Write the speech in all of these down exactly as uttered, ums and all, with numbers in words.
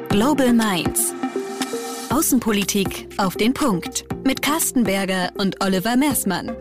Global Minds. Außenpolitik auf den Punkt mit Carsten Berger und Oliver Mersmann.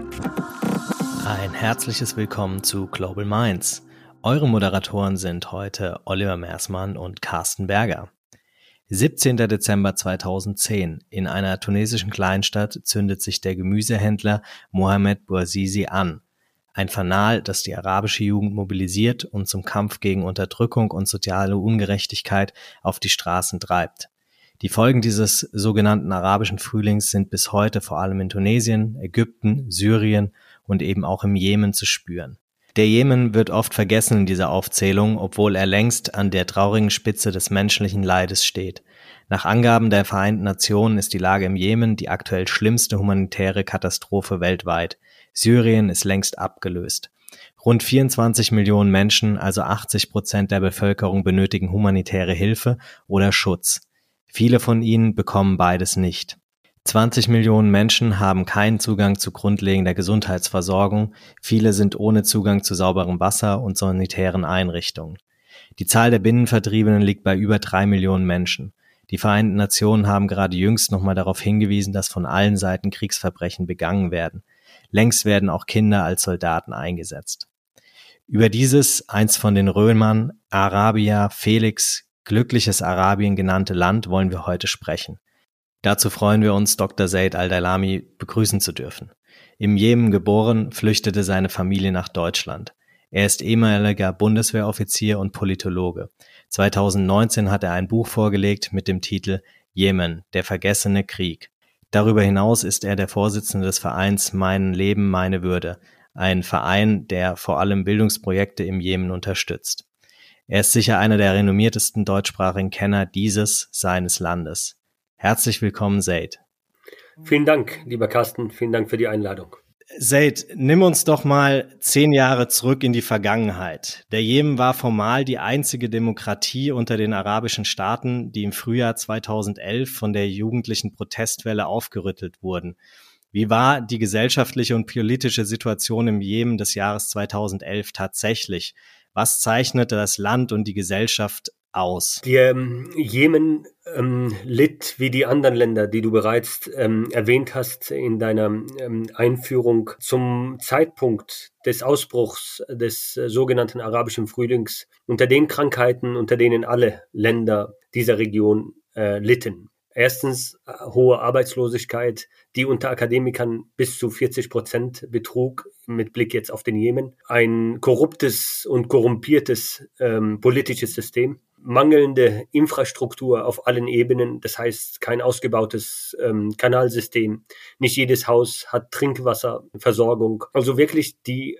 Ein herzliches Willkommen zu Global Minds. Eure Moderatoren sind heute Oliver Mersmann und Carsten Berger. siebzehnter Dezember zweitausendzehn. In einer tunesischen Kleinstadt zündet sich der Gemüsehändler Mohamed Bouazizi an. Ein Fanal, das die arabische Jugend mobilisiert und zum Kampf gegen Unterdrückung und soziale Ungerechtigkeit auf die Straßen treibt. Die Folgen dieses sogenannten arabischen Frühlings sind bis heute vor allem in Tunesien, Ägypten, Syrien und eben auch im Jemen zu spüren. Der Jemen wird oft vergessen in dieser Aufzählung, obwohl er längst an der traurigen Spitze des menschlichen Leides steht. Nach Angaben der Vereinten Nationen ist die Lage im Jemen die aktuell schlimmste humanitäre Katastrophe weltweit. Syrien ist längst abgelöst. Rund vierundzwanzig Millionen Menschen, also achtzig Prozent der Bevölkerung, benötigen humanitäre Hilfe oder Schutz. Viele von ihnen bekommen beides nicht. zwanzig Millionen Menschen haben keinen Zugang zu grundlegender Gesundheitsversorgung. Viele sind ohne Zugang zu sauberem Wasser und sanitären Einrichtungen. Die Zahl der Binnenvertriebenen liegt bei über drei Millionen Menschen. Die Vereinten Nationen haben gerade jüngst nochmal darauf hingewiesen, dass von allen Seiten Kriegsverbrechen begangen werden. Längst werden auch Kinder als Soldaten eingesetzt. Über dieses, einst von den Römern Arabia Felix, glückliches Arabien genannte Land, wollen wir heute sprechen. Dazu freuen wir uns, Doktor Zeid Al-Dailami begrüßen zu dürfen. Im Jemen geboren, flüchtete seine Familie nach Deutschland. Er ist ehemaliger Bundeswehroffizier und Politologe. zweitausendneunzehn hat er ein Buch vorgelegt mit dem Titel Jemen, der vergessene Krieg. Darüber hinaus ist er der Vorsitzende des Vereins Mein Leben, meine Würde, ein Verein, der vor allem Bildungsprojekte im Jemen unterstützt. Er ist sicher einer der renommiertesten deutschsprachigen Kenner dieses, seines Landes. Herzlich willkommen, Zeid. Vielen Dank, lieber Carsten. Vielen Dank für die Einladung. Zeid, nimm uns doch mal zehn Jahre zurück in die Vergangenheit. Der Jemen war formal die einzige Demokratie unter den arabischen Staaten, die im Frühjahr zweitausendelf von der jugendlichen Protestwelle aufgerüttelt wurden. Wie war die gesellschaftliche und politische Situation im Jemen des Jahres zweitausendelf tatsächlich? Was zeichnete das Land und die Gesellschaft aus? Der ähm, Jemen ähm, litt wie die anderen Länder, die du bereits ähm, erwähnt hast in deiner ähm, Einführung, zum Zeitpunkt des Ausbruchs des äh, sogenannten arabischen Frühlings unter den Krankheiten, unter denen alle Länder dieser Region äh, litten. Erstens äh, hohe Arbeitslosigkeit, die unter Akademikern bis zu vierzig Prozent betrug, mit Blick jetzt auf den Jemen. Ein korruptes und korrumpiertes ähm, politisches System. Mangelnde Infrastruktur auf allen Ebenen, das heißt kein ausgebautes ähm, Kanalsystem. Nicht jedes Haus hat Trinkwasserversorgung. Also wirklich die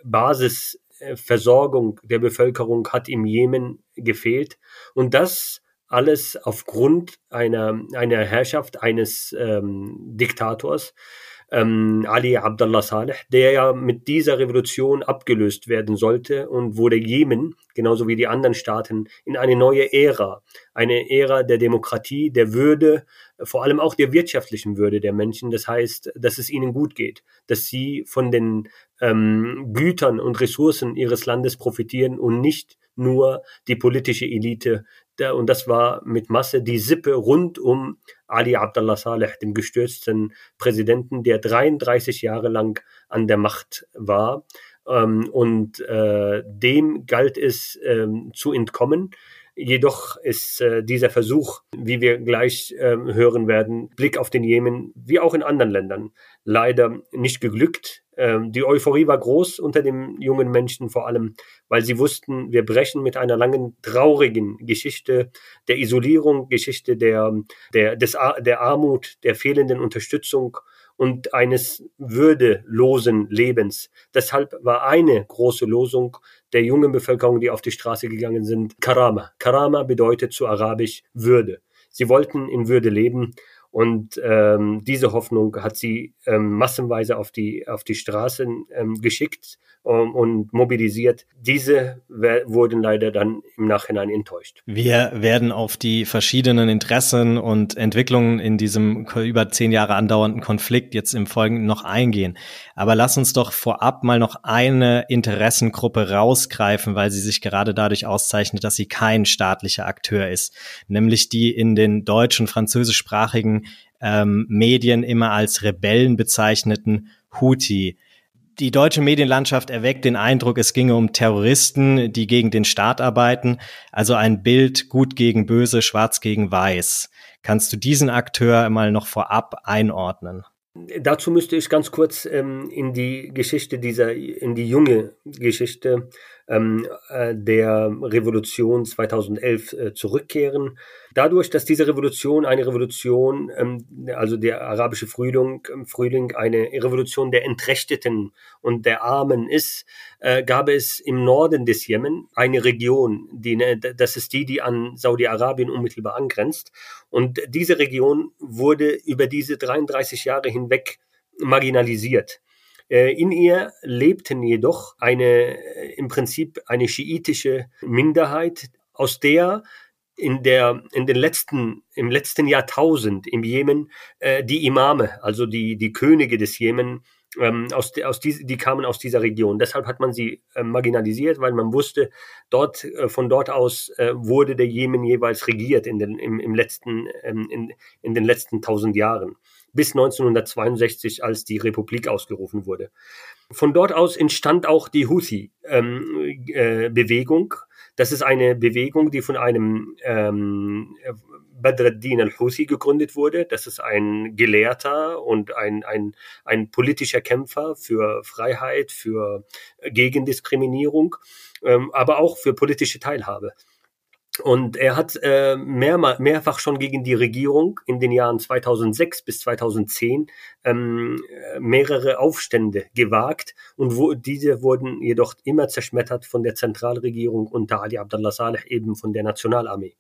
Basisversorgung der Bevölkerung hat im Jemen gefehlt. Und das alles aufgrund einer, einer Herrschaft eines ähm, Diktators, ähm, Ali Abdullah Saleh, der ja mit dieser Revolution abgelöst werden sollte und wo der Jemen, genauso wie die anderen Staaten, in eine neue Ära, eine Ära der Demokratie, der Würde, vor allem auch der wirtschaftlichen Würde der Menschen, das heißt, dass es ihnen gut geht, dass sie von den ähm, Gütern und Ressourcen ihres Landes profitieren und nicht nur die politische Elite. Und das war mit Masse die Sippe rund um Ali Abdullah Saleh, dem gestürzten Präsidenten, der dreiunddreißig Jahre lang an der Macht war. Und äh, dem galt es äh, zu entkommen. Jedoch ist äh, dieser Versuch, wie wir gleich äh, hören werden, Blick auf den Jemen, wie auch in anderen Ländern, leider nicht geglückt. Ähm, die Euphorie war groß unter den jungen Menschen, vor allem, weil sie wussten, wir brechen mit einer langen, traurigen Geschichte der Isolierung, Geschichte der, der, des, der Armut, der fehlenden Unterstützung und eines würdelosen Lebens. Deshalb war eine große Losung der jungen Bevölkerung, die auf die Straße gegangen sind, Karama. Karama bedeutet zu Arabisch Würde. Sie wollten in Würde leben Und ähm, diese Hoffnung hat sie ähm, massenweise auf die, auf die Straßen ähm, geschickt um, und mobilisiert. Diese w- wurden leider dann im Nachhinein enttäuscht. Wir werden auf die verschiedenen Interessen und Entwicklungen in diesem über zehn Jahre andauernden Konflikt jetzt im Folgenden noch eingehen. Aber lass uns doch vorab mal noch eine Interessengruppe rausgreifen, weil sie sich gerade dadurch auszeichnet, dass sie kein staatlicher Akteur ist, nämlich die in den deutsch- und französischsprachigen ähm, Medien immer als Rebellen bezeichneten Houthi. Die deutsche Medienlandschaft erweckt den Eindruck, es ginge um Terroristen, die gegen den Staat arbeiten, also ein Bild gut gegen böse, schwarz gegen weiß. Kannst du diesen Akteur mal noch vorab einordnen? Dazu müsste ich ganz kurz ähm, in die Geschichte dieser, in die junge Geschichte ähm, äh, der Revolution zweitausendelf äh, zurückkehren. Dadurch, dass diese Revolution eine Revolution, ähm, also der arabische Frühling, Frühling eine Revolution der Entrechteten und der Armen ist, äh, gab es im Norden des Jemen eine Region, die, das ist die, die an Saudi-Arabien unmittelbar angrenzt. Und diese Region wurde über diese dreiunddreißig Jahre hinweg marginalisiert. In ihr lebten jedoch eine, im Prinzip eine schiitische Minderheit, aus der in der, in den letzten, im letzten Jahrtausend im Jemen, äh, die Imame, also die, die Könige des Jemen, ähm, aus, de, aus die, die kamen aus dieser Region. Deshalb hat man sie äh, marginalisiert, weil man wusste, dort, äh, von dort aus äh, wurde der Jemen jeweils regiert in den, im, im letzten, ähm, in, in den letzten tausend Jahren. Bis neunzehnhundertzweiundsechzig, als die Republik ausgerufen wurde. Von dort aus entstand auch die Houthi-Bewegung. Ähm, äh, das ist eine Bewegung, die von einem ähm, Badr ad-Din al-Houthi gegründet wurde. Das ist ein Gelehrter und ein, ein, ein politischer Kämpfer für Freiheit, für Gegendiskriminierung, ähm, aber auch für politische Teilhabe. Und er hat äh, mehr, mehrfach schon gegen die Regierung in den Jahren zweitausendsechs bis zweitausendzehn ähm, mehrere Aufstände gewagt und wo, diese wurden jedoch immer zerschmettert von der Zentralregierung unter Ali Abdullah Saleh, eben von der Nationalarmee.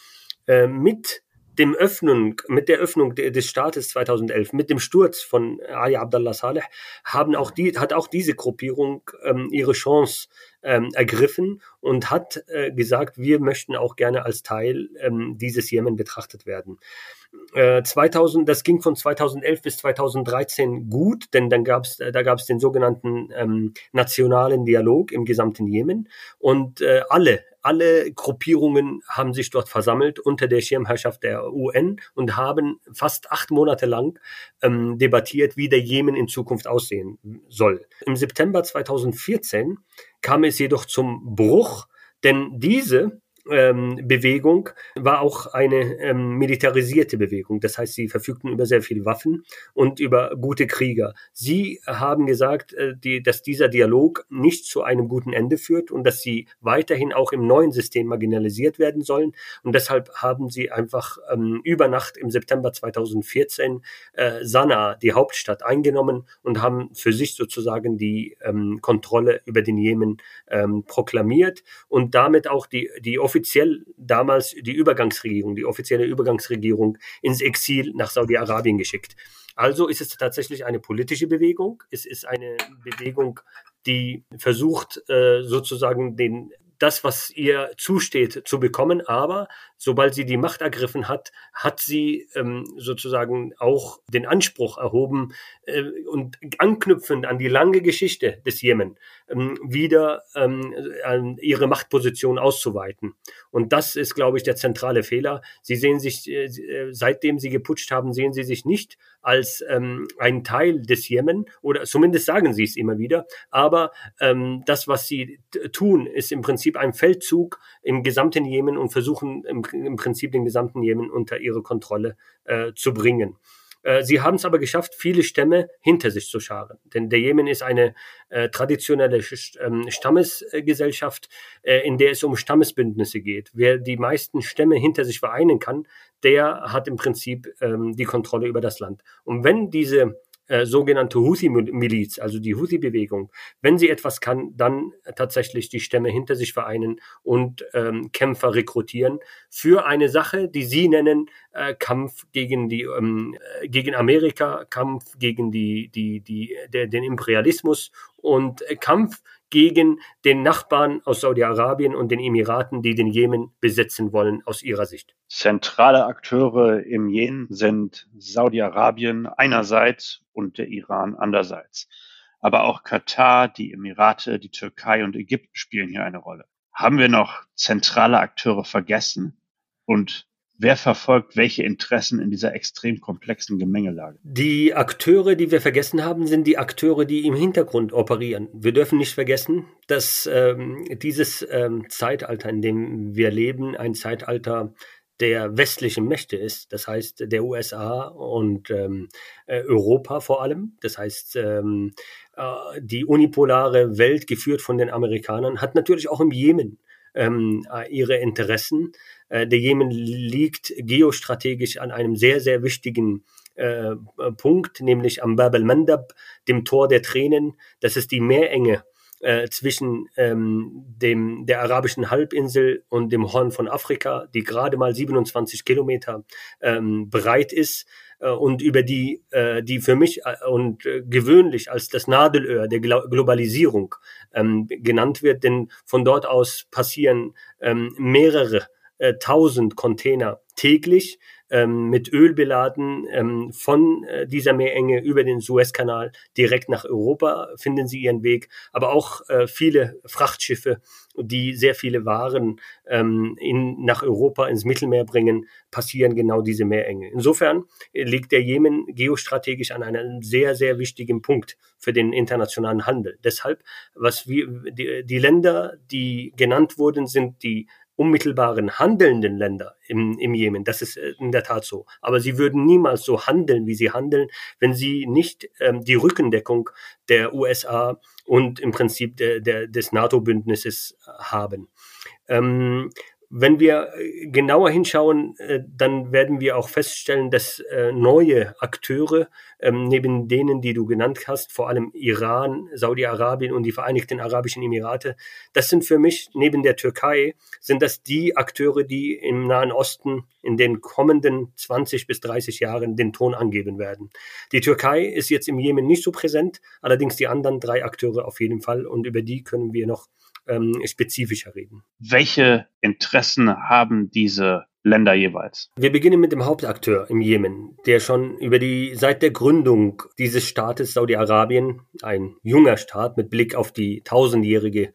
Äh, mit dem Öffnung, mit der Öffnung des Staates zweitausendelf, mit dem Sturz von Ali Abdullah Saleh, haben auch die, hat auch diese Gruppierung ähm, ihre Chance ähm, ergriffen und hat äh, gesagt, wir möchten auch gerne als Teil ähm, dieses Jemen betrachtet werden. Äh, zweitausend, das ging von zweitausendelf bis zweitausenddreizehn gut, denn dann gab's, da gab es den sogenannten ähm, nationalen Dialog im gesamten Jemen und äh, alle Alle Gruppierungen haben sich dort versammelt unter der Schirmherrschaft der U N und haben fast acht Monate lang ähm, debattiert, wie der Jemen in Zukunft aussehen soll. Im September zweitausendvierzehn kam es jedoch zum Bruch, denn diese ähm, Bewegung war auch eine ähm, militarisierte Bewegung. Das heißt, sie verfügten über sehr viele Waffen und über gute Krieger. Sie haben gesagt, äh, die, dass dieser Dialog nicht zu einem guten Ende führt und dass sie weiterhin auch im neuen System marginalisiert werden sollen. Und deshalb haben sie einfach ähm, über Nacht im September zweitausendvierzehn äh, Sanaa, die Hauptstadt, eingenommen und haben für sich sozusagen die ähm, Kontrolle über den Jemen ähm, proklamiert und damit auch die, die offiziell damals die Übergangsregierung, die offizielle Übergangsregierung ins Exil nach Saudi-Arabien geschickt. Also ist es tatsächlich eine politische Bewegung. Es ist eine Bewegung, die versucht, äh, sozusagen den, das, was ihr zusteht, zu bekommen. Aber sobald sie die Macht ergriffen hat, hat sie ähm, sozusagen auch den Anspruch erhoben äh, und anknüpfend an die lange Geschichte des Jemen ähm, wieder ähm, ihre Machtposition auszuweiten. Und das ist, glaube ich, der zentrale Fehler. Sie sehen sich, äh, seitdem sie geputscht haben, sehen sie sich nicht als ähm, ein Teil des Jemen, oder zumindest sagen sie es immer wieder. Aber ähm, das, was sie t- tun, ist im Prinzip ein Feldzug im gesamten Jemen und versuchen im, im Prinzip den gesamten Jemen unter ihre Kontrolle äh, zu bringen. Äh, sie haben es aber geschafft, viele Stämme hinter sich zu scharen. Denn der Jemen ist eine äh, traditionelle ähm, Stammesgesellschaft, äh, in der es um Stammesbündnisse geht. Wer die meisten Stämme hinter sich vereinen kann, der hat im Prinzip ähm, die Kontrolle über das Land. Und wenn diese äh, sogenannte Houthi-Miliz, also die Houthi-Bewegung, wenn sie etwas kann, dann tatsächlich die Stämme hinter sich vereinen und ähm, Kämpfer rekrutieren für eine Sache, die sie nennen äh, Kampf gegen die ähm, gegen Amerika, Kampf gegen die die die der, den Imperialismus und äh, Kampf gegen den Nachbarn aus Saudi-Arabien und den Emiraten, die den Jemen besetzen wollen, aus ihrer Sicht. Zentrale Akteure im Jemen sind Saudi-Arabien einerseits und der Iran andererseits. Aber auch Katar, die Emirate, die Türkei und Ägypten spielen hier eine Rolle. Haben wir noch zentrale Akteure vergessen? Und wer verfolgt welche Interessen in dieser extrem komplexen Gemengelage? Die Akteure, die wir vergessen haben, sind die Akteure, die im Hintergrund operieren. Wir dürfen nicht vergessen, dass ähm, dieses ähm, Zeitalter, in dem wir leben, ein Zeitalter der westlichen Mächte ist, das heißt der U S A und ähm, Europa vor allem. Das heißt, ähm, äh, die unipolare Welt, geführt von den Amerikanern, hat natürlich auch im Jemen ähm, ihre Interessen. Äh, der Jemen liegt geostrategisch an einem sehr, sehr wichtigen äh, Punkt, nämlich am Bab el-Mandab, dem Tor der Tränen. Das ist die Meerenge Äh, zwischen ähm, dem, der arabischen Halbinsel und dem Horn von Afrika, die gerade mal siebenundzwanzig Kilometer ähm, breit ist äh, und über die, äh, die für mich äh, und äh, gewöhnlich als das Nadelöhr der Glo- Globalisierung ähm, genannt wird, denn von dort aus passieren ähm, mehrere äh, tausend Container täglich ähm, mit Öl beladen ähm, von äh, dieser Meerenge über den Suezkanal direkt nach Europa finden sie ihren Weg, aber auch äh, viele Frachtschiffe, die sehr viele Waren ähm, in, nach Europa ins Mittelmeer bringen, passieren genau diese Meerenge. Insofern liegt der Jemen geostrategisch an einem sehr, sehr wichtigen Punkt für den internationalen Handel. Deshalb, was wir, die, die Länder, die genannt wurden, sind die unmittelbaren handelnden Länder im, im Jemen. Das ist in der Tat so. Aber sie würden niemals so handeln, wie sie handeln, wenn sie nicht ähm, die Rückendeckung der U S A und im Prinzip der, der, des NATO-Bündnisses haben. Ähm, Wenn wir genauer hinschauen, dann werden wir auch feststellen, dass neue Akteure, neben denen, die du genannt hast, vor allem Iran, Saudi-Arabien und die Vereinigten Arabischen Emirate, das sind für mich, neben der Türkei, sind das die Akteure, die im Nahen Osten in den kommenden zwanzig bis dreißig Jahren den Ton angeben werden. Die Türkei ist jetzt im Jemen nicht so präsent, allerdings die anderen drei Akteure auf jeden Fall, und über die können wir noch ähm, spezifischer reden. Welche Interessen haben diese Länder jeweils? Wir beginnen mit dem Hauptakteur im Jemen, der schon über die seit der Gründung dieses Staates Saudi-Arabien, ein junger Staat mit Blick auf die tausendjährige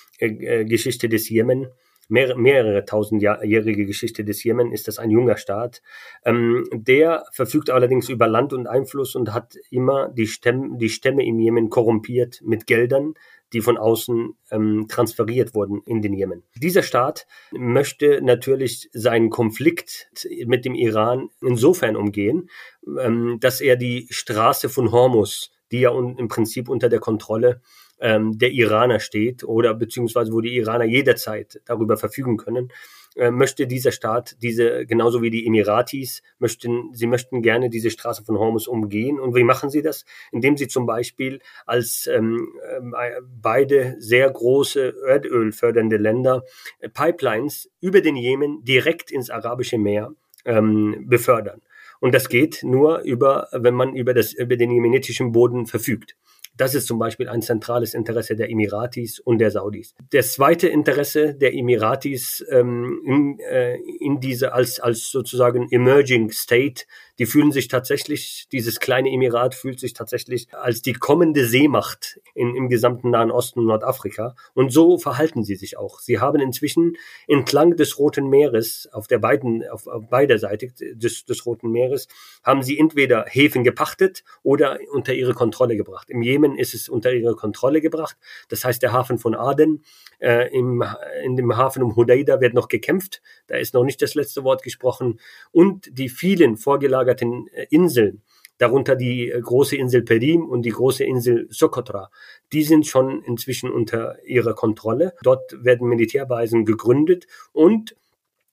äh, Geschichte des Jemen, Mehr, mehrere tausendjährige Geschichte des Jemen, ist das ein junger Staat. Ähm, der verfügt allerdings über Land und Einfluss und hat immer die Stämme, die Stämme im Jemen korrumpiert mit Geldern, die von außen ähm, transferiert wurden in den Jemen. Dieser Staat möchte natürlich seinen Konflikt mit dem Iran insofern umgehen, ähm, dass er die Straße von Hormuz, die ja un, im Prinzip unter der Kontrolle der Iraner steht oder beziehungsweise wo die Iraner jederzeit darüber verfügen können, äh, möchte dieser Staat, diese genauso wie die Emiratis, möchten, sie möchten gerne diese Straße von Hormuz umgehen. Und wie machen sie das? Indem sie zum Beispiel als ähm, äh, beide sehr große Erdöl fördernde Länder äh, Pipelines über den Jemen direkt ins Arabische Meer ähm, befördern. Und das geht nur über, wenn man über das, über den jemenitischen Boden verfügt. Das ist zum Beispiel ein zentrales Interesse der Emiratis und der Saudis. Das zweite Interesse der Emiratis ähm, in, äh, in diese als als sozusagen Emerging State, die fühlen sich tatsächlich, dieses kleine Emirat fühlt sich tatsächlich als die kommende Seemacht in, im gesamten Nahen Osten und Nordafrika. Und so verhalten sie sich auch. Sie haben inzwischen entlang des Roten Meeres, auf der beiden, auf, auf beider Seite des, des Roten Meeres, haben sie entweder Häfen gepachtet oder unter ihre Kontrolle gebracht. Im Jemen ist es unter ihre Kontrolle gebracht. Das heißt, der Hafen von Aden, äh, im, in dem Hafen um Hodeida wird noch gekämpft. Da ist noch nicht das letzte Wort gesprochen. Und die vielen vorgelagerten äh, Inseln, darunter die äh, große Insel Perim und die große Insel Socotra, die sind schon inzwischen unter ihrer Kontrolle. Dort werden Militärbasen gegründet und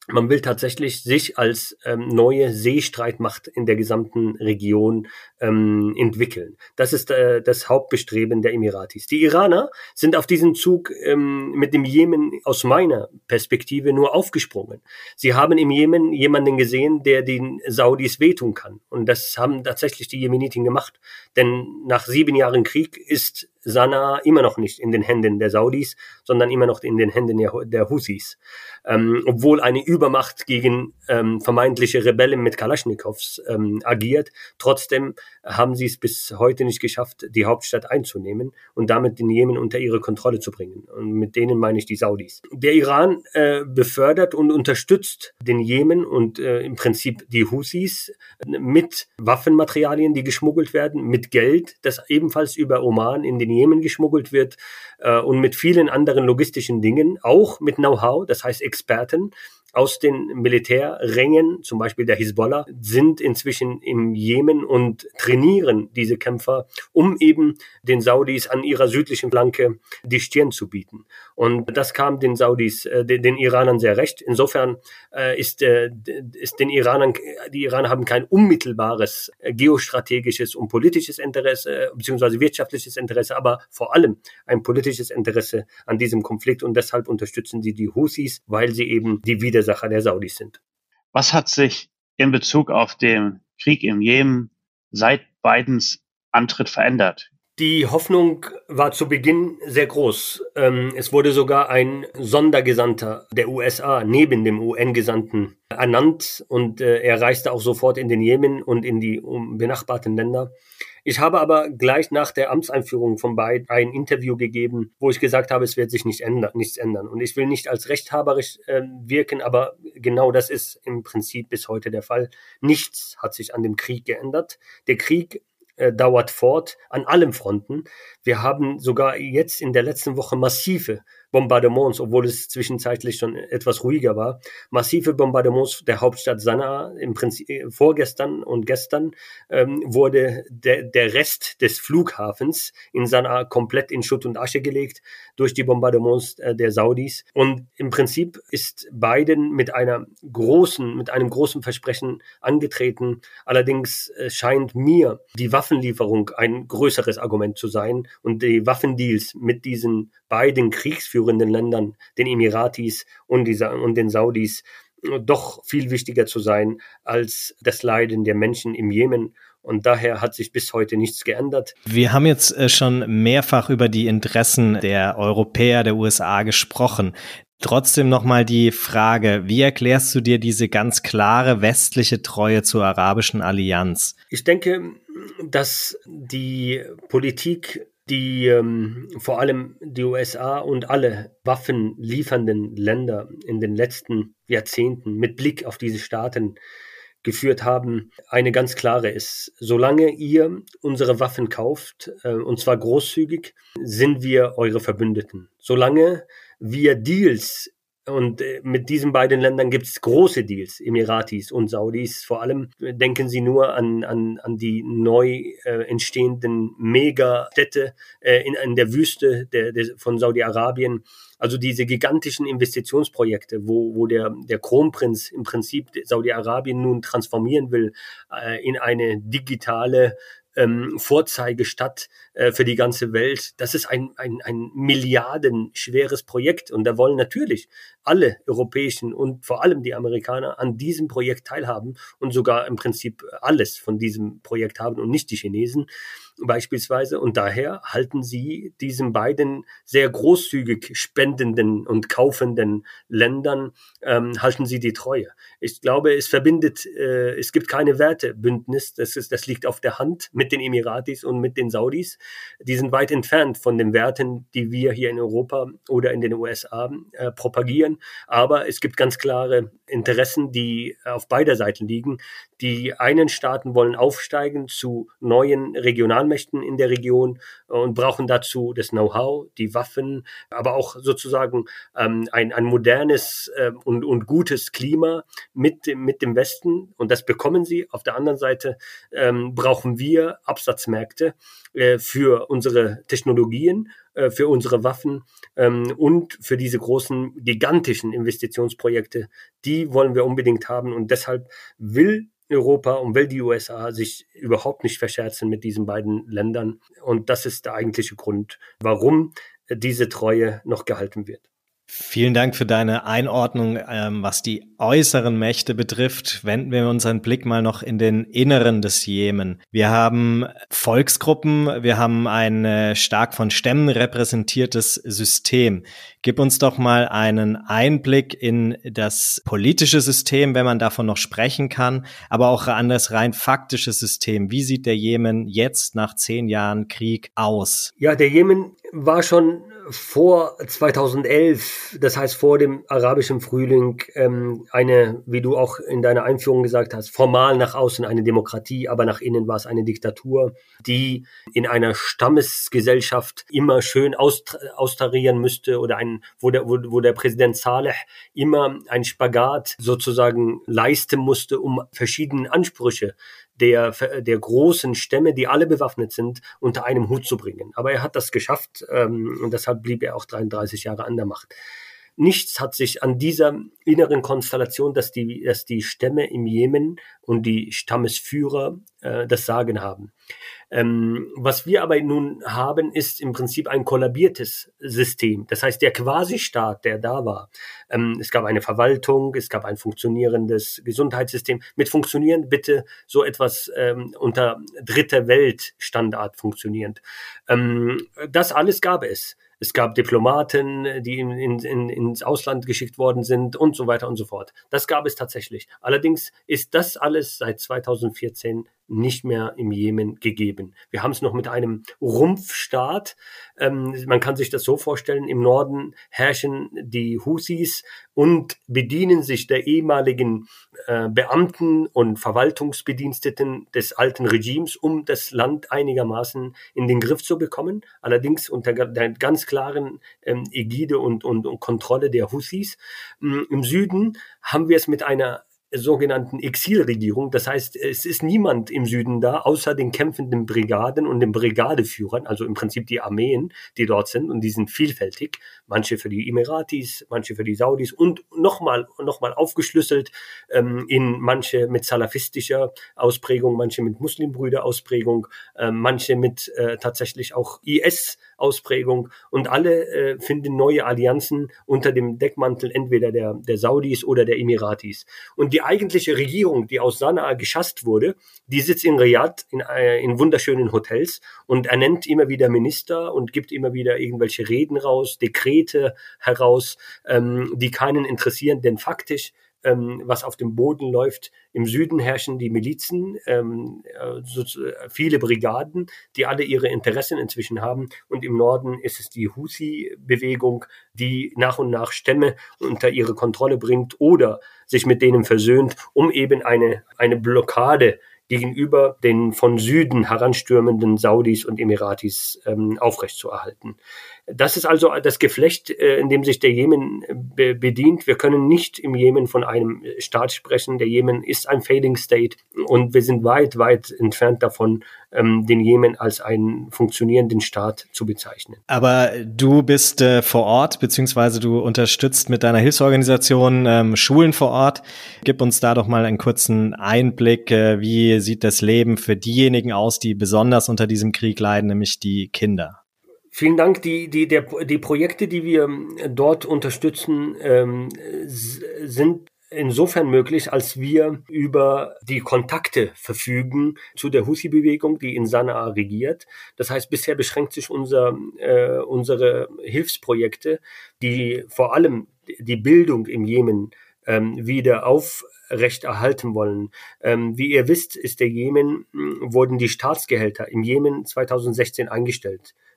Man will tatsächlich sich als ähm, neue Seestreitmacht in der gesamten Region ähm, entwickeln. Das ist äh, das Hauptbestreben der Emiratis. Die Iraner sind auf diesen Zug ähm, mit dem Jemen aus meiner Perspektive nur aufgesprungen. Sie haben im Jemen jemanden gesehen, der den Saudis wehtun kann. Und das haben tatsächlich die Jemeniten gemacht. Denn nach sieben Jahren Krieg ist Sanaa immer noch nicht in den Händen der Saudis, sondern immer noch in den Händen der, der Houthis. Ähm, obwohl eine Übermacht gegen ähm, vermeintliche Rebellen mit Kalaschnikows ähm, agiert, trotzdem haben sie es bis heute nicht geschafft, die Hauptstadt einzunehmen und damit den Jemen unter ihre Kontrolle zu bringen. Und mit denen meine ich die Saudis. Der Iran äh, befördert und unterstützt den Jemen und äh, im Prinzip die Houthis mit Waffenmaterialien, die geschmuggelt werden, mit Geld, das ebenfalls über Oman in den Jemen geschmuggelt wird äh, und mit vielen anderen logistischen Dingen, auch mit Know-how, das heißt Experten aus den Militärrängen, zum Beispiel der Hisbollah, sind inzwischen im Jemen und trainieren diese Kämpfer, um eben den Saudis an ihrer südlichen Flanke die Stirn zu bieten. Und das kam den Saudis, äh, den, den Iranern sehr recht. Insofern äh, ist, äh, ist den Iranern, die Iraner haben kein unmittelbares äh, geostrategisches und politisches Interesse, äh, beziehungsweise wirtschaftliches Interesse, aber vor allem ein politisches Interesse an diesem Konflikt. Und deshalb unterstützen sie die Houthis, weil sie eben die Widersacher der Saudis sind. Was hat sich in Bezug auf den Krieg im Jemen seit Bidens Antritt verändert? Die Hoffnung war zu Beginn sehr groß. Es wurde sogar ein Sondergesandter der U S A neben dem U N-Gesandten ernannt und er reiste auch sofort in den Jemen und in die benachbarten Länder. Ich habe aber gleich nach der Amtseinführung von Biden ein Interview gegeben, wo ich gesagt habe, es wird sich nicht ändern, nichts ändern. Und ich will nicht als rechthaberisch äh, wirken, aber genau das ist im Prinzip bis heute der Fall. Nichts hat sich an dem Krieg geändert. Der Krieg äh, dauert fort an allen Fronten. Wir haben sogar jetzt in der letzten Woche massive Bombardements, obwohl es zwischenzeitlich schon etwas ruhiger war, massive Bombardements der Hauptstadt Sanaa. Im Prinzip vorgestern und gestern ähm, wurde der, der Rest des Flughafens in Sanaa komplett in Schutt und Asche gelegt durch die Bombardements äh, der Saudis. Und im Prinzip ist Biden mit einer großen, mit einem großen Versprechen angetreten. Allerdings äh, scheint mir die Waffenlieferung ein größeres Argument zu sein und die Waffendeals mit diesen beiden kriegsführenden Ländern, den Emiratis und, dieser, und den Saudis, doch viel wichtiger zu sein als das Leiden der Menschen im Jemen. Und daher hat sich bis heute nichts geändert. Wir haben jetzt äh, schon mehrfach über die Interessen der Europäer, der U S A gesprochen. Trotzdem nochmal die Frage, wie erklärst du dir diese ganz klare westliche Treue zur arabischen Allianz? Ich denke, dass die Politik, die ähm, vor allem die U S A und alle waffenliefernden Länder in den letzten Jahrzehnten mit Blick auf diese Staaten geführt haben, eine ganz klare ist. Solange ihr unsere Waffen kauft, äh, und zwar großzügig, sind wir eure Verbündeten. Solange wir Deals, und mit diesen beiden Ländern gibt es große Deals, Emiratis und Saudis. Vor allem denken Sie nur an, an, an die neu äh, entstehenden Megastädte äh, in, in der Wüste der, der, von Saudi-Arabien. Also diese gigantischen Investitionsprojekte, wo, wo der, der Kronprinz im Prinzip Saudi-Arabien nun transformieren will äh, in eine digitale Ähm, Vorzeigestadt äh, für die ganze Welt. Das ist ein, ein, ein milliardenschweres Projekt und da wollen natürlich alle europäischen und vor allem die Amerikaner an diesem Projekt teilhaben und sogar im Prinzip alles von diesem Projekt haben und nicht die Chinesen beispielsweise. Und daher halten sie diesen beiden sehr großzügig spendenden und kaufenden Ländern, ähm, halten sie die Treue. Ich glaube, es verbindet, äh, es gibt keine Wertebündnis, das ist, das liegt auf der Hand mit den Emiratis und mit den Saudis. Die sind weit entfernt von den Werten, die wir hier in Europa oder in den U S A äh, propagieren. Aber es gibt ganz klare Interessen, die auf beider Seiten liegen. Die einen Staaten wollen aufsteigen zu neuen Regionalmächten in der Region und brauchen dazu das Know-how, die Waffen, aber auch sozusagen ähm, ein, ein modernes äh, und, und gutes Klima mit, mit dem Westen. Und das bekommen sie. Auf der anderen Seite ähm, brauchen wir Absatzmärkte äh, für für unsere Technologien, äh, für unsere Waffen ähm, und für diese großen, gigantischen Investitionsprojekte. Die wollen wir unbedingt haben und deshalb will Europa und will die U S A sich überhaupt nicht verscherzen mit diesen beiden Ländern. Und das ist der eigentliche Grund, warum diese Treue noch gehalten wird. Vielen Dank für deine Einordnung, ähm, was die äußeren Mächte betrifft. Wenden wir unseren Blick mal noch in den Inneren des Jemen. Wir haben Volksgruppen, wir haben ein äh, stark von Stämmen repräsentiertes System. Gib uns doch mal einen Einblick in das politische System, wenn man davon noch sprechen kann, aber auch an das rein faktische System. Wie sieht der Jemen jetzt nach zehn Jahren Krieg aus? Ja, der Jemen war schon vor zweitausendelf, das heißt vor dem arabischen Frühling, ähm, eine, wie du auch in deiner Einführung gesagt hast, formal nach außen eine Demokratie, aber nach innen war es eine Diktatur, die in einer Stammesgesellschaft immer schön aust- austarieren müsste oder ein, wo der, wo, wo der Präsident Saleh immer einen Spagat sozusagen leisten musste, um verschiedene Ansprüche der, der großen Stämme, die alle bewaffnet sind, unter einem Hut zu bringen. Aber er hat das geschafft ähm, und deshalb blieb er auch dreiunddreißig Jahre an der Macht. Nichts hat sich an dieser inneren Konstellation, dass die, dass die Stämme im Jemen und die Stammesführer äh, das Sagen haben. Ähm, was wir aber nun haben, ist im Prinzip ein kollabiertes System. Das heißt, der Quasi-Staat, der da war, ähm, es gab eine Verwaltung, es gab ein funktionierendes Gesundheitssystem. Mit funktionieren bitte so etwas ähm, unter dritter Welt-Standard funktionierend. Ähm, das alles gab es. Es gab Diplomaten, die in, in, ins Ausland geschickt worden sind und so weiter und so fort. Das gab es tatsächlich. Allerdings ist das alles seit zweitausendvierzehn nicht mehr im Jemen gegeben. Wir haben es noch mit einem Rumpfstaat. Ähm, man kann sich das so vorstellen, im Norden herrschen die Husis und bedienen sich der ehemaligen äh, Beamten und Verwaltungsbediensteten des alten Regimes, um das Land einigermaßen in den Griff zu bekommen. Allerdings unter der ganz klaren ähm, Ägide und, und, und Kontrolle der Husis. Ähm, Im Süden haben wir es mit einer sogenannten Exilregierung. Das heißt, es ist niemand im Süden da, außer den kämpfenden Brigaden und den Brigadeführern, also im Prinzip die Armeen, die dort sind, und die sind vielfältig. Manche für die Emiratis, manche für die Saudis und nochmal nochmal aufgeschlüsselt ähm, in manche mit salafistischer Ausprägung, manche mit Muslimbrüder-Ausprägung, äh, manche mit äh, tatsächlich auch I S-Ausprägung, und alle äh, finden neue Allianzen unter dem Deckmantel entweder der, der Saudis oder der Emiratis. Und die eigentliche Regierung, die aus Sanaa geschasst wurde, die sitzt in Riyadh in, äh, in wunderschönen Hotels und ernennt immer wieder Minister und gibt immer wieder irgendwelche Reden raus, Dekrete heraus, ähm, die keinen interessieren, denn faktisch Ähm, was auf dem Boden läuft. Im Süden herrschen die Milizen, ähm, so, viele Brigaden, die alle ihre Interessen inzwischen haben. Und im Norden ist es die Husi-Bewegung, die nach und nach Stämme unter ihre Kontrolle bringt oder sich mit denen versöhnt, um eben eine, eine Blockade gegenüber den von Süden heranstürmenden Saudis und Emiratis ähm, aufrechtzuerhalten. Das ist also das Geflecht, äh, in dem sich der Jemen be- bedient. Wir können nicht im Jemen von einem Staat sprechen. Der Jemen ist ein Failing State und wir sind weit, weit entfernt davon, ähm, den Jemen als einen funktionierenden Staat zu bezeichnen. Aber du bist äh, vor Ort, beziehungsweise du unterstützt mit deiner Hilfsorganisation ähm, Schulen vor Ort. Gib uns da doch mal einen kurzen Einblick, äh, wie sieht das Leben für diejenigen aus, die besonders unter diesem Krieg leiden, nämlich die Kinder? Vielen Dank. Die, die, der, die Projekte, die wir dort unterstützen, ähm, sind insofern möglich, als wir über die Kontakte verfügen zu der Husi-Bewegung, die in Sanaa regiert. Das heißt, bisher beschränkt sich unser, äh, unsere Hilfsprojekte, die vor allem die Bildung im Jemen ähm, wieder aufrechterhalten wollen. Ähm, wie ihr wisst, ist der Jemen, wurden die Staatsgehälter im Jemen zweitausendsechzehn eingestellt.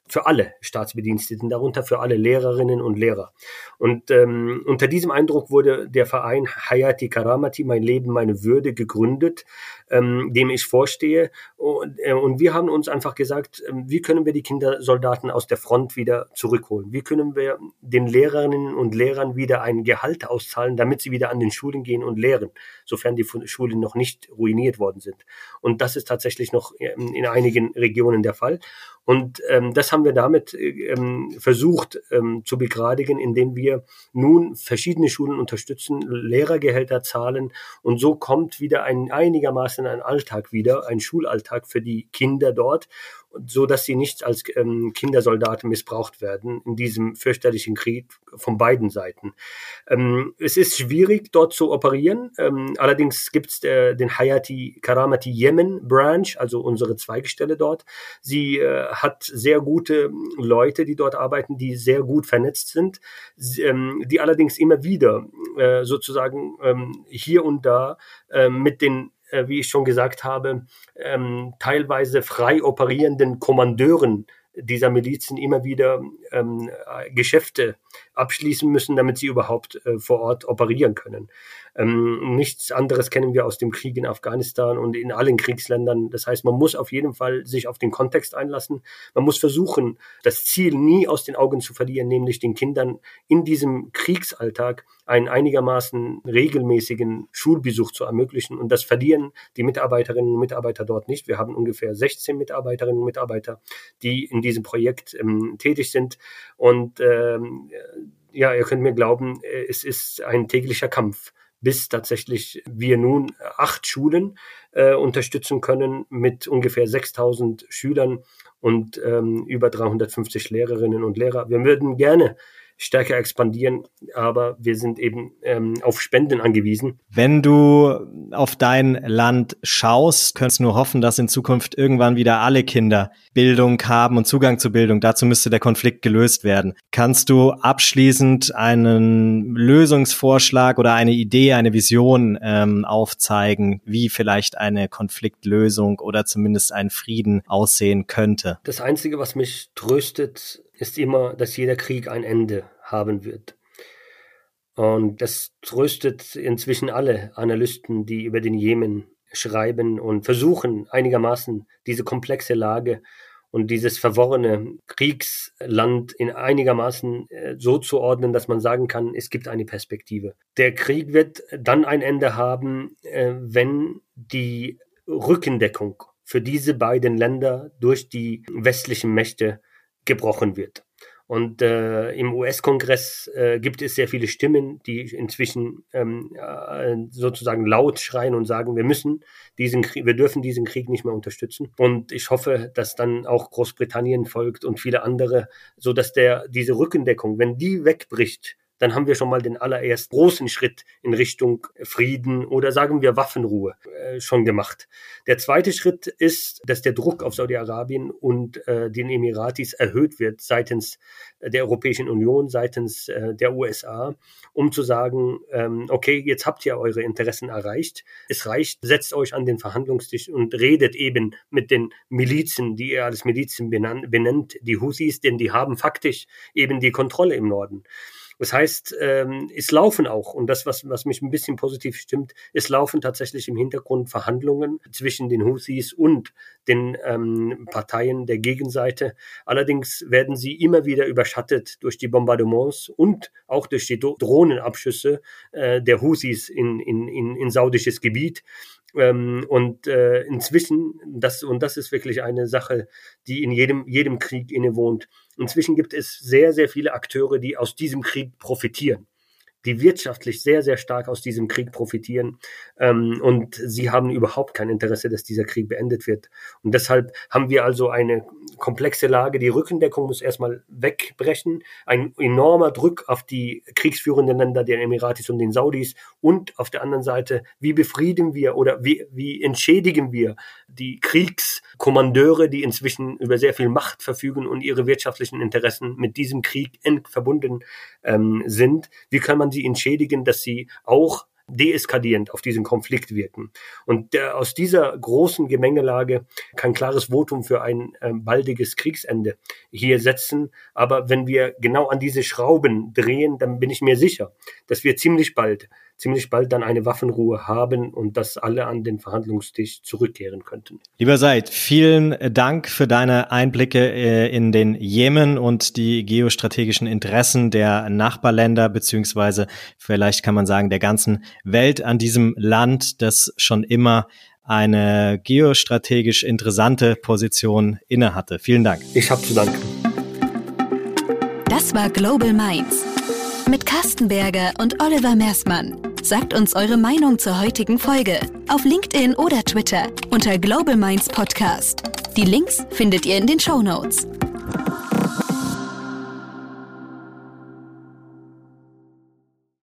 für alle Staatsbediensteten, darunter für alle Lehrerinnen und Lehrer. Und ähm, unter diesem Eindruck wurde der Verein Hayati Karamati, mein Leben, meine Würde, gegründet, ähm, dem ich vorstehe. Und, äh, und wir haben uns einfach gesagt, äh, wie können wir die Kindersoldaten aus der Front wieder zurückholen? Wie können wir den Lehrerinnen und Lehrern wieder ein Gehalt auszahlen, damit sie wieder an den Schulen gehen und lehren, sofern die Schulen noch nicht ruiniert worden sind. Und das ist tatsächlich noch in einigen Regionen der Fall. Und ähm, das haben wir damit ähm, versucht ähm, zu begradigen, indem wir nun verschiedene Schulen unterstützen, Lehrergehälter zahlen, und so kommt wieder ein einigermaßen ein Alltag wieder, ein Schulalltag für die Kinder dort, so dass sie nicht als ähm, Kindersoldaten missbraucht werden in diesem fürchterlichen Krieg von beiden Seiten. Ähm, es ist schwierig, dort zu operieren. Ähm, allerdings gibt es äh, den Hayati Karamati Yemen Branch, also unsere Zweigstelle dort. Sie äh, hat sehr gute Leute, die dort arbeiten, die sehr gut vernetzt sind, sie, ähm, die allerdings immer wieder äh, sozusagen ähm, hier und da äh, mit den, wie ich schon gesagt habe, ähm, teilweise frei operierenden Kommandeuren dieser Milizen immer wieder ähm, Geschäfte abschließen müssen, damit sie überhaupt äh, vor Ort operieren können. Ähm, nichts anderes kennen wir aus dem Krieg in Afghanistan und in allen Kriegsländern. Das heißt, man muss auf jeden Fall sich auf den Kontext einlassen. Man muss versuchen, das Ziel nie aus den Augen zu verlieren, nämlich den Kindern in diesem Kriegsalltag einen einigermaßen regelmäßigen Schulbesuch zu ermöglichen. Und das verlieren die Mitarbeiterinnen und Mitarbeiter dort nicht. Wir haben ungefähr sechzehn Mitarbeiterinnen und Mitarbeiter, die in diesem Projekt ähm, tätig sind. Und ähm, ja, ihr könnt mir glauben, es ist ein täglicher Kampf, bis tatsächlich wir nun acht Schulen äh, unterstützen können mit ungefähr sechstausend Schülern und ähm, über dreihundertfünfzig Lehrerinnen und Lehrer. Wir würden gerne stärker expandieren, aber wir sind eben ähm, auf Spenden angewiesen. Wenn du auf dein Land schaust, könntest du nur hoffen, dass in Zukunft irgendwann wieder alle Kinder Bildung haben und Zugang zu Bildung. Dazu müsste der Konflikt gelöst werden. Kannst du abschließend einen Lösungsvorschlag oder eine Idee, eine Vision ähm, aufzeigen, wie vielleicht eine Konfliktlösung oder zumindest ein Frieden aussehen könnte? Das Einzige, was mich tröstet, ist immer, dass jeder Krieg ein Ende haben wird. Und das tröstet inzwischen alle Analysten, die über den Jemen schreiben und versuchen, einigermaßen diese komplexe Lage und dieses verworrene Kriegsland in einigermaßen äh, so zu ordnen, dass man sagen kann, es gibt eine Perspektive. Der Krieg wird dann ein Ende haben, äh, wenn die Rückendeckung für diese beiden Länder durch die westlichen Mächte gebrochen wird. Und äh, im U S-Kongress äh, gibt es sehr viele Stimmen, die inzwischen ähm, äh, sozusagen laut schreien und sagen, wir müssen diesen Krieg, wir dürfen diesen Krieg nicht mehr unterstützen. Und ich hoffe, dass dann auch Großbritannien folgt und viele andere, so dass der diese Rückendeckung, wenn die wegbricht, dann haben wir schon mal den allerersten großen Schritt in Richtung Frieden oder sagen wir Waffenruhe äh, schon gemacht. Der zweite Schritt ist, dass der Druck auf Saudi-Arabien und äh, den Emiratis erhöht wird seitens der Europäischen Union, seitens äh, der U S A, um zu sagen, ähm, okay, jetzt habt ihr eure Interessen erreicht. Es reicht, setzt euch an den Verhandlungstisch und redet eben mit den Milizen, die ihr als Milizen benannt, benennt, die Houthis, denn die haben faktisch eben die Kontrolle im Norden. Das heißt, ähm, es laufen auch, und das, was, was mich ein bisschen positiv stimmt, es laufen tatsächlich im Hintergrund Verhandlungen zwischen den Houthis und den ähm, Parteien der Gegenseite. Allerdings werden sie immer wieder überschattet durch die Bombardements und auch durch die Drohnenabschüsse äh, der Houthis in, in, in, in saudisches Gebiet. Ähm, und äh, inzwischen, das, und das ist wirklich eine Sache, die in jedem, jedem Krieg innewohnt, inzwischen gibt es sehr, sehr viele Akteure, die aus diesem Krieg profitieren, die wirtschaftlich sehr, sehr stark aus diesem Krieg profitieren. Ähm, und sie haben überhaupt kein Interesse, dass dieser Krieg beendet wird. Und deshalb haben wir also eine komplexe Lage. Die Rückendeckung muss erstmal wegbrechen. Ein enormer Druck auf die kriegsführenden Länder, den Emiratis und den Saudis. Und auf der anderen Seite, wie befrieden wir oder wie, wie entschädigen wir die Kriegskommandeure, die inzwischen über sehr viel Macht verfügen und ihre wirtschaftlichen Interessen mit diesem Krieg eng verbunden ähm, sind? Wie kann man sie entschädigen, dass sie auch deeskalierend auf diesen Konflikt wirken. Und äh, aus dieser großen Gemengelage kein klares Votum für ein äh, baldiges Kriegsende hier setzen. Aber wenn wir genau an diese Schrauben drehen, dann bin ich mir sicher, dass wir ziemlich bald, ziemlich bald dann eine Waffenruhe haben und dass alle an den Verhandlungstisch zurückkehren könnten. Lieber Said, vielen Dank für deine Einblicke äh, in den Jemen und die geostrategischen Interessen der Nachbarländer, beziehungsweise vielleicht kann man sagen der ganzen Welt an diesem Land, das schon immer eine geostrategisch interessante Position innehatte. Vielen Dank. Ich habe zu danken. Das war Global Minds mit Carsten Berger und Oliver Mersmann. Sagt uns eure Meinung zur heutigen Folge auf LinkedIn oder Twitter unter Global Minds Podcast. Die Links findet ihr in den Shownotes.